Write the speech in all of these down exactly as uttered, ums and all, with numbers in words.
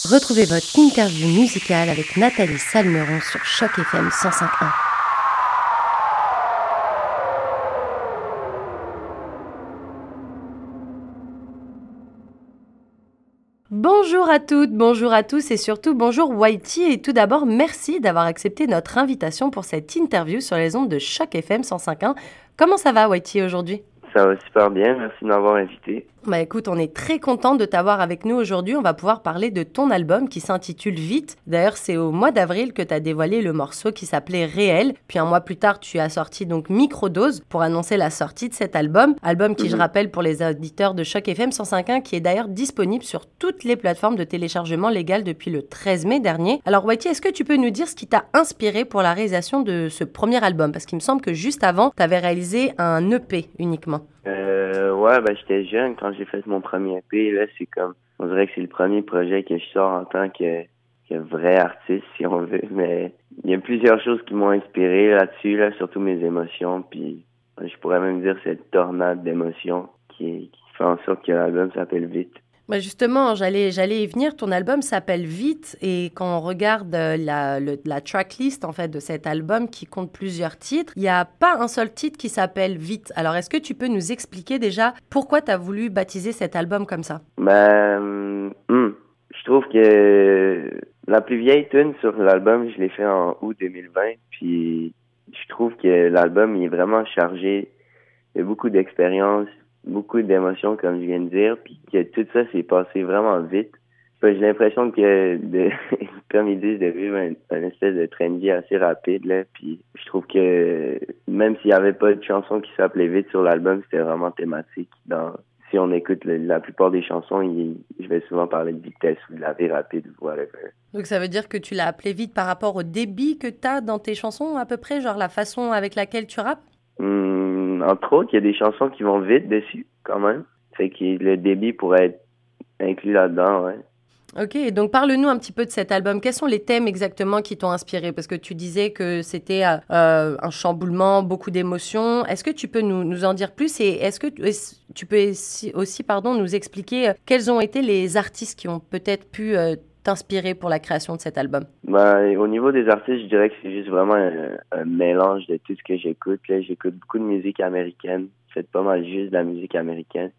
Retrouvez votre interview musicale avec Nathalie Salmeron sur Choc F M cent cinq point un. Bonjour à toutes, bonjour à tous et surtout bonjour Whitey. Et tout d'abord, merci d'avoir accepté notre invitation pour cette interview sur les ondes de Choc F M cent cinq point un. Comment ça va Whitey aujourd'hui? Ça va super bien, merci de m'avoir invité. Bah écoute, on est très content de t'avoir avec nous aujourd'hui. On va pouvoir parler de ton album qui s'intitule Vite. D'ailleurs, c'est au mois d'avril que tu as dévoilé le morceau qui s'appelait Réel. Puis un mois plus tard, tu as sorti donc Microdose pour annoncer la sortie de cet album. Album qui, mm-hmm. je rappelle, pour les auditeurs de Choc F M cent cinq point un, qui est d'ailleurs disponible sur toutes les plateformes de téléchargement légal depuis le treize mai dernier. Alors Whitey, est-ce que tu peux nous dire ce qui t'a inspiré pour la réalisation de ce premier album? Parce qu'il me semble que juste avant, tu avais réalisé un E P uniquement. Euh, ouais, ben j'étais jeune quand j'ai fait mon premier E P. Là, c'est comme, on dirait que c'est le premier projet que je sors en tant que, que vrai artiste, si on veut. Mais il y a plusieurs choses qui m'ont inspiré là-dessus, là, surtout mes émotions. Puis je pourrais même dire cette tornade d'émotions qui, qui fait en sorte que l'album s'appelle Vite. Bah justement, j'allais, j'allais y venir. Ton album s'appelle Vite et quand on regarde la, le, la tracklist en fait de cet album qui compte plusieurs titres, il n'y a pas un seul titre qui s'appelle Vite. Alors, est-ce que tu peux nous expliquer déjà pourquoi tu as voulu baptiser cet album comme ça? Ben, hum, je trouve que la plus vieille tune sur l'album, je l'ai fait en août deux mille vingt. Puis, je trouve que l'album il est vraiment chargé. Il y a beaucoup d'expérience, beaucoup d'émotions, comme je viens de dire, puis que tout ça s'est passé vraiment vite. J'ai l'impression que, de, comme ils disent, de vivre un, un espèce de train de vie assez rapide, là, puis je trouve que même s'il n'y avait pas de chanson qui s'appelait Vite sur l'album, c'était vraiment thématique. Dans, si on écoute le, la plupart des chansons, il, je vais souvent parler de vitesse ou de la vie rapide ou whatever. Donc ça veut dire que tu l'as appelé Vite par rapport au débit que tu as dans tes chansons, à peu près, genre la façon avec laquelle tu rappes? Hum, entre autres, il y a des chansons qui vont vite dessus, quand même. Fait que le débit pourrait être inclus là-dedans, ouais. Ok, donc parle-nous un petit peu de cet album. Quels sont les thèmes exactement qui t'ont inspiré? Parce que tu disais que c'était euh, un chamboulement, beaucoup d'émotions. Est-ce que tu peux nous, nous en dire plus? Et est-ce que tu peux aussi pardon, nous expliquer quels ont été les artistes qui ont peut-être pu euh, t'inspirer pour la création de cet album? Ben, au niveau des artistes, je dirais que c'est juste vraiment un, un mélange de tout ce que j'écoute. Là, j'écoute beaucoup de musique américaine. Je fais pas mal juste de la musique américaine.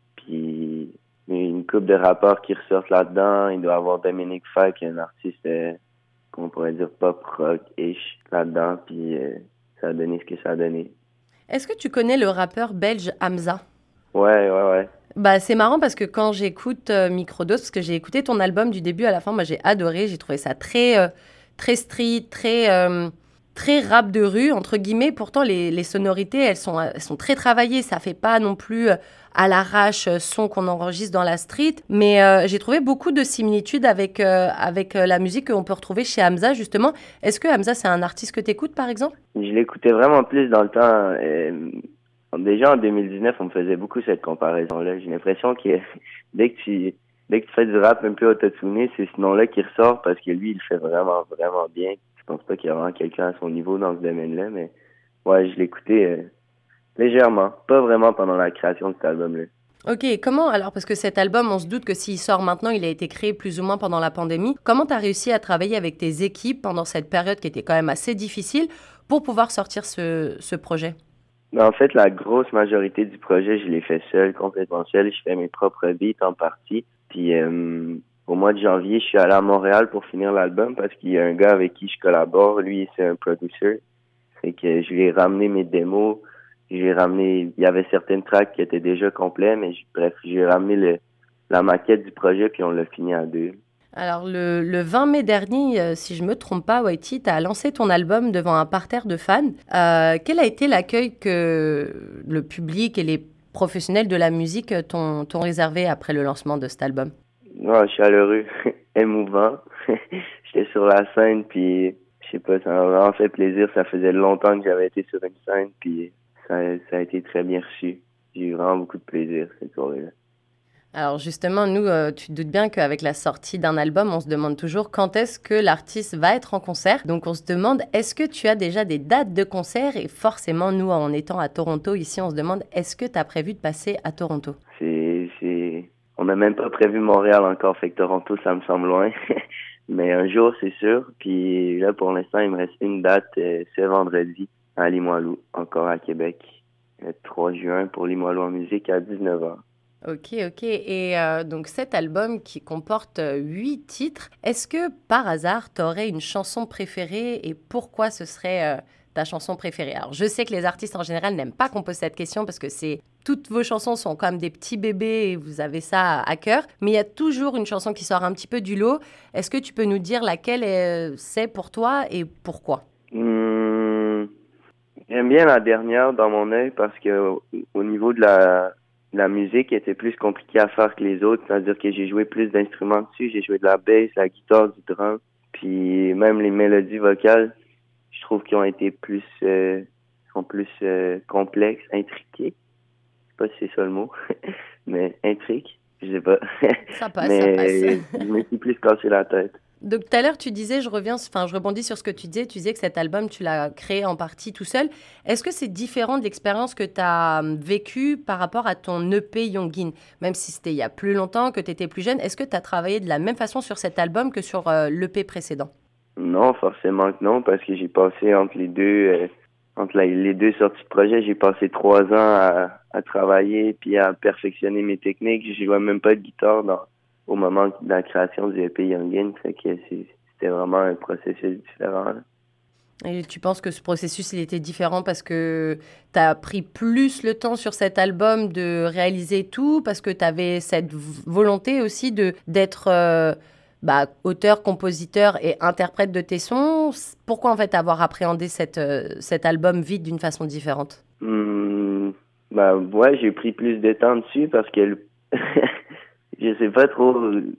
Puis il y a une couple de rappeurs qui ressortent là-dedans. Il doit y avoir Dominique Fike, un artiste, euh, qu'on pourrait dire pop rock-ish là-dedans. Puis euh, ça a donné ce que ça a donné. Est-ce que tu connais le rappeur belge Hamza? Ouais, ouais, ouais. Bah, c'est marrant parce que quand j'écoute euh, Microdose, parce que j'ai écouté ton album du début à la fin, moi j'ai adoré, j'ai trouvé ça très, euh, très street, très, euh, très rap de rue, entre guillemets. Pourtant, les, les sonorités, elles sont, elles sont très travaillées, ça fait pas non plus euh, à l'arrache euh, son qu'on enregistre dans la street. Mais euh, j'ai trouvé beaucoup de similitudes avec, euh, avec euh, la musique qu'on peut retrouver chez Hamza, justement. Est-ce que Hamza, c'est un artiste que tu écoutes, par exemple? Je l'écoutais vraiment plus dans le temps. Euh... Déjà, en deux mille dix-neuf, on me faisait beaucoup cette comparaison-là. J'ai l'impression que dès que tu dès que tu fais du rap un peu autotuné, c'est ce nom-là qui ressort parce que lui, il le fait vraiment, vraiment bien. Je pense pas qu'il y a vraiment quelqu'un à son niveau dans ce domaine-là, mais ouais, je l'écoutais euh, légèrement. Pas vraiment pendant la création de cet album-là. Ok, comment alors, parce que cet album, on se doute que s'il sort maintenant, il a été créé plus ou moins pendant la pandémie. Comment tu as réussi à travailler avec tes équipes pendant cette période qui était quand même assez difficile pour pouvoir sortir ce, ce projet? En fait, la grosse majorité du projet, je l'ai fait seul, complètement seul. Je fais mes propres beats en partie. Puis euh, au mois de janvier, je suis allé à Montréal pour finir l'album parce qu'il y a un gars avec qui je collabore. Lui, c'est un producer. Fait que je lui ai ramené mes démos. J'ai ramené, il y avait certaines tracks qui étaient déjà complets, mais je, bref, j'ai ramené le, la maquette du projet puis on l'a fini à deux. Alors, le, le vingt mai dernier, euh, si je ne me trompe pas, Whitey, tu as lancé ton album devant un parterre de fans. Euh, quel a été l'accueil que le public et les professionnels de la musique t'ont, t'ont réservé après le lancement de cet album? Ouais, chaleureux, émouvant. J'étais sur la scène, puis je sais pas, ça m'a vraiment fait plaisir. Ça faisait longtemps que j'avais été sur une scène, puis ça, ça a été très bien reçu. J'ai eu vraiment beaucoup de plaisir cette soirée-là. Alors justement, nous, euh, tu te doutes bien qu'avec la sortie d'un album, on se demande toujours quand est-ce que l'artiste va être en concert. Donc on se demande, est-ce que tu as déjà des dates de concert? Et forcément, nous, en étant à Toronto, ici, on se demande, est-ce que tu as prévu de passer à Toronto? C'est, c'est... On a n'a même pas prévu Montréal encore, fait que Toronto, ça me semble loin. Mais un jour, c'est sûr. Puis là, pour l'instant, il me reste une date, euh, ce vendredi, à Limoilou, encore à Québec. Le trois juin pour Limoilou en musique à dix-neuf heures. Ok, ok. Et euh, donc cet album qui comporte euh, huit titres, est-ce que par hasard, tu aurais une chanson préférée et pourquoi ce serait euh, ta chanson préférée? Alors je sais que les artistes en général n'aiment pas qu'on pose cette question parce que c'est toutes vos chansons sont comme des petits bébés et vous avez ça à cœur, mais il y a toujours une chanson qui sort un petit peu du lot. Est-ce que tu peux nous dire laquelle euh, c'est pour toi et pourquoi? Hum, J'aime bien la dernière dans mon œil parce que au, au niveau de la La musique était plus compliquée à faire que les autres, c'est-à-dire que j'ai joué plus d'instruments dessus, j'ai joué de la bass, la guitare, du drum, puis même les mélodies vocales, je trouve qu'ils ont été plus euh, sont plus euh, complexes, intriquées. Je sais pas si c'est ça le mot, mais intrique, je sais pas. Ça passe, ça passe. Mais je me suis plus cassé la tête. Donc tout à l'heure, tu disais, je reviens, enfin je rebondis sur ce que tu disais, tu disais que cet album, tu l'as créé en partie tout seul. Est-ce que c'est différent de l'expérience que tu as vécue par rapport à ton E P Youngin? Même si c'était il y a plus longtemps, que tu étais plus jeune, est-ce que tu as travaillé de la même façon sur cet album que sur euh, l'E P précédent? Non, forcément que non, parce que j'ai passé entre les deux, euh, entre la- les deux sorties de projet, j'ai passé trois ans à, à travailler puis à perfectionner mes techniques. Je jouais même pas de guitare dans, au moment de la création du E P Youngin, fait que c'est- c'était vraiment un processus différent, là. Et tu penses que ce processus, il était différent parce que tu as pris plus le temps sur cet album de réaliser tout, parce que tu avais cette v- volonté aussi de d'être euh, bah, auteur, compositeur et interprète de tes sons. Pourquoi en fait avoir appréhendé cette, euh, cet album vite d'une façon différente? Hum, ben ouais, j'ai pris plus de temps dessus parce que le- je sais pas trop.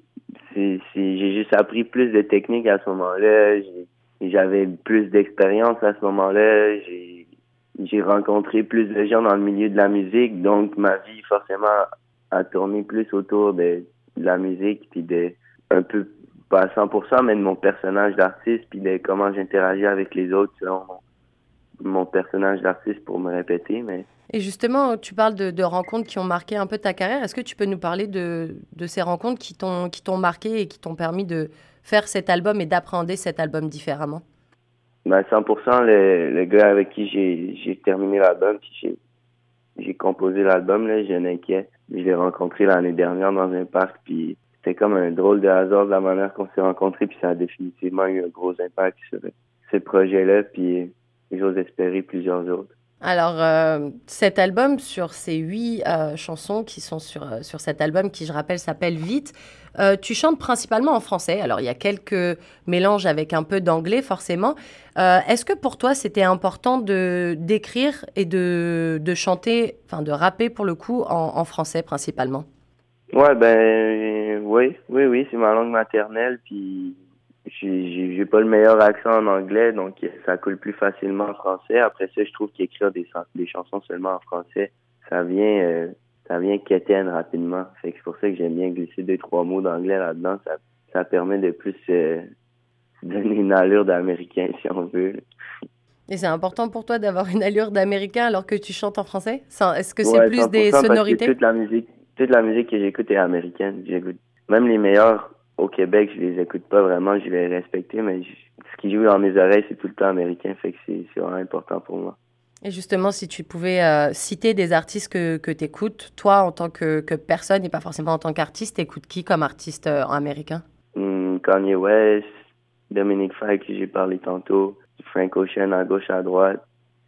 C'est, c'est, j'ai juste appris plus de techniques à ce moment-là. J'ai- j'avais plus d'expérience à ce moment-là. J'ai, j'ai rencontré plus de gens dans le milieu de la musique, donc ma vie forcément a tourné plus autour de, de la musique, puis de un peu pas à cent pour cent, mais de mon personnage d'artiste, puis de comment j'interagis avec les autres selon mon, mon personnage d'artiste pour me répéter, mais Et justement, tu parles de, de rencontres qui ont marqué un peu ta carrière. Est-ce que tu peux nous parler de, de ces rencontres qui t'ont, qui t'ont marqué et qui t'ont permis de faire cet album et d'appréhender cet album différemment? ben cent pour cent le, le gars avec qui j'ai j'ai terminé l'album, puis j'ai j'ai composé l'album, là, Jeune Inquiet. Je l'ai rencontré l'année dernière dans un parc, puis c'était comme un drôle de hasard de la manière qu'on s'est rencontrés, puis ça a définitivement eu un gros impact sur ce projet-là, puis j'ose espérer plusieurs autres. Alors, euh, cet album, sur ces huit euh, chansons qui sont sur, euh, sur cet album, qui, je rappelle, s'appelle Vite, euh, tu chantes principalement en français. Alors, il y a quelques mélanges avec un peu d'anglais, forcément. Euh, est-ce que pour toi, c'était important de d'écrire et de, de chanter, enfin, de rapper, pour le coup, en, en français, principalement? Ouais, ben, oui, oui, oui, c'est ma langue maternelle, puis j'ai j'ai j'ai pas le meilleur accent en anglais, donc ça coule plus facilement en français. Après ça, je trouve qu'écrire des, chan- des chansons seulement en français, ça vient, euh, ça vient quétaine rapidement. Fait que c'est pour ça que j'aime bien glisser deux, trois mots d'anglais là-dedans. Ça, ça permet de plus euh, donner une allure d'américain, si on veut, là. Et c'est important pour toi d'avoir une allure d'américain alors que tu chantes en français? Ça- Est-ce que c'est Ouais, plus cent pour des cent parce que sonorités? toute la musique, toute la musique que j'écoute est américaine. J'écoute même les meilleurs au Québec, je les écoute pas vraiment, je les respecte, mais je- ce qui joue dans mes oreilles, c'est tout le temps américain, fait que c'est c'est vraiment important pour moi. Et justement, si tu pouvais euh, citer des artistes que, que tu écoutes, toi, en tant que, que personne et pas forcément en tant qu'artiste, t'écoutes qui comme artiste euh, américain? Hmm, Kanye West, Dominic Fike, que j'ai parlé tantôt, Frank Ocean à gauche, à droite,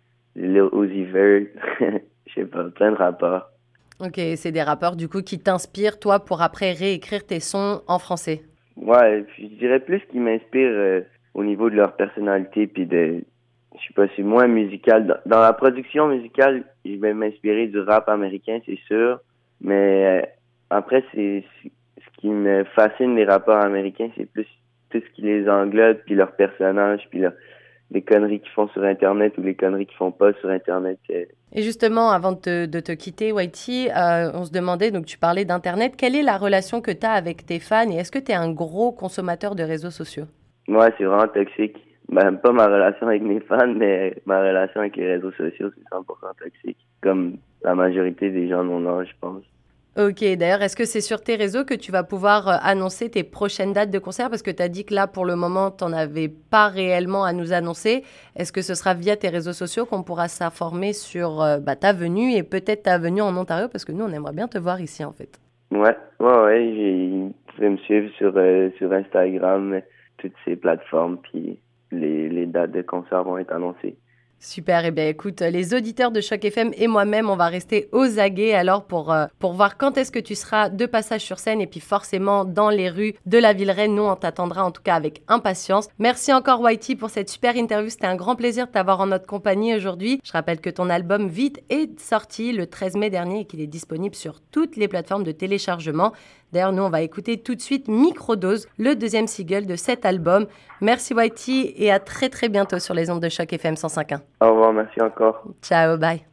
Lil Uzi Vert, je sais pas, plein de rappeurs. Ok, c'est des rappeurs du coup qui t'inspirent, toi, pour après réécrire tes sons en français. Ouais, puis je dirais plus qu'ils m'inspirent euh, au niveau de leur personnalité, puis de, je sais pas, c'est moins musical. Dans, dans la production musicale, je vais m'inspirer du rap américain, c'est sûr, mais euh, après, c'est c'est- ce qui me fascine les rappeurs américains, c'est plus tout ce qui les englobe, puis leurs personnages, puis leur- les conneries qu'ils font sur Internet ou les conneries qu'ils font pas sur Internet. euh. Et justement, avant de te, de te quitter, Whitey, euh, on se demandait, donc tu parlais d'Internet, quelle est la relation que tu as avec tes fans et est-ce que tu es un gros consommateur de réseaux sociaux? Ouais, c'est vraiment toxique. Ben, pas ma relation avec mes fans, mais ma relation avec les réseaux sociaux, c'est cent pour cent toxique. Comme la majorité des gens de mon âge, je pense. Ok, d'ailleurs, est-ce que c'est sur tes réseaux que tu vas pouvoir euh, annoncer tes prochaines dates de concert? Parce que tu as dit que là, pour le moment, tu n'en avais pas réellement à nous annoncer. Est-ce que ce sera via tes réseaux sociaux qu'on pourra s'informer sur euh, bah, ta venue et peut-être ta venue en Ontario? Parce que nous, on aimerait bien te voir ici, en fait. Ouais, ouais, ouais, j'ai, vous pouvez me suivre sur, euh, sur Instagram, toutes ces plateformes, puis les, les dates de concert vont être annoncées. Super, eh bien écoute, les auditeurs de Choc F M et moi-même, on va rester aux aguets alors pour, euh, pour voir quand est-ce que tu seras de passage sur scène et puis forcément dans les rues de la Villereine. Nous, on t'attendra en tout cas avec impatience. Merci encore Whitey pour cette super interview. C'était un grand plaisir de t'avoir en notre compagnie aujourd'hui. Je rappelle que ton album Vite est sorti le treize mai dernier et qu'il est disponible sur toutes les plateformes de téléchargement. D'ailleurs, nous, on va écouter tout de suite Microdose, le deuxième single de cet album. Merci Whitey et à très très bientôt sur les ondes de Choc F M cent cinq point un. Au revoir, merci encore. Ciao, bye.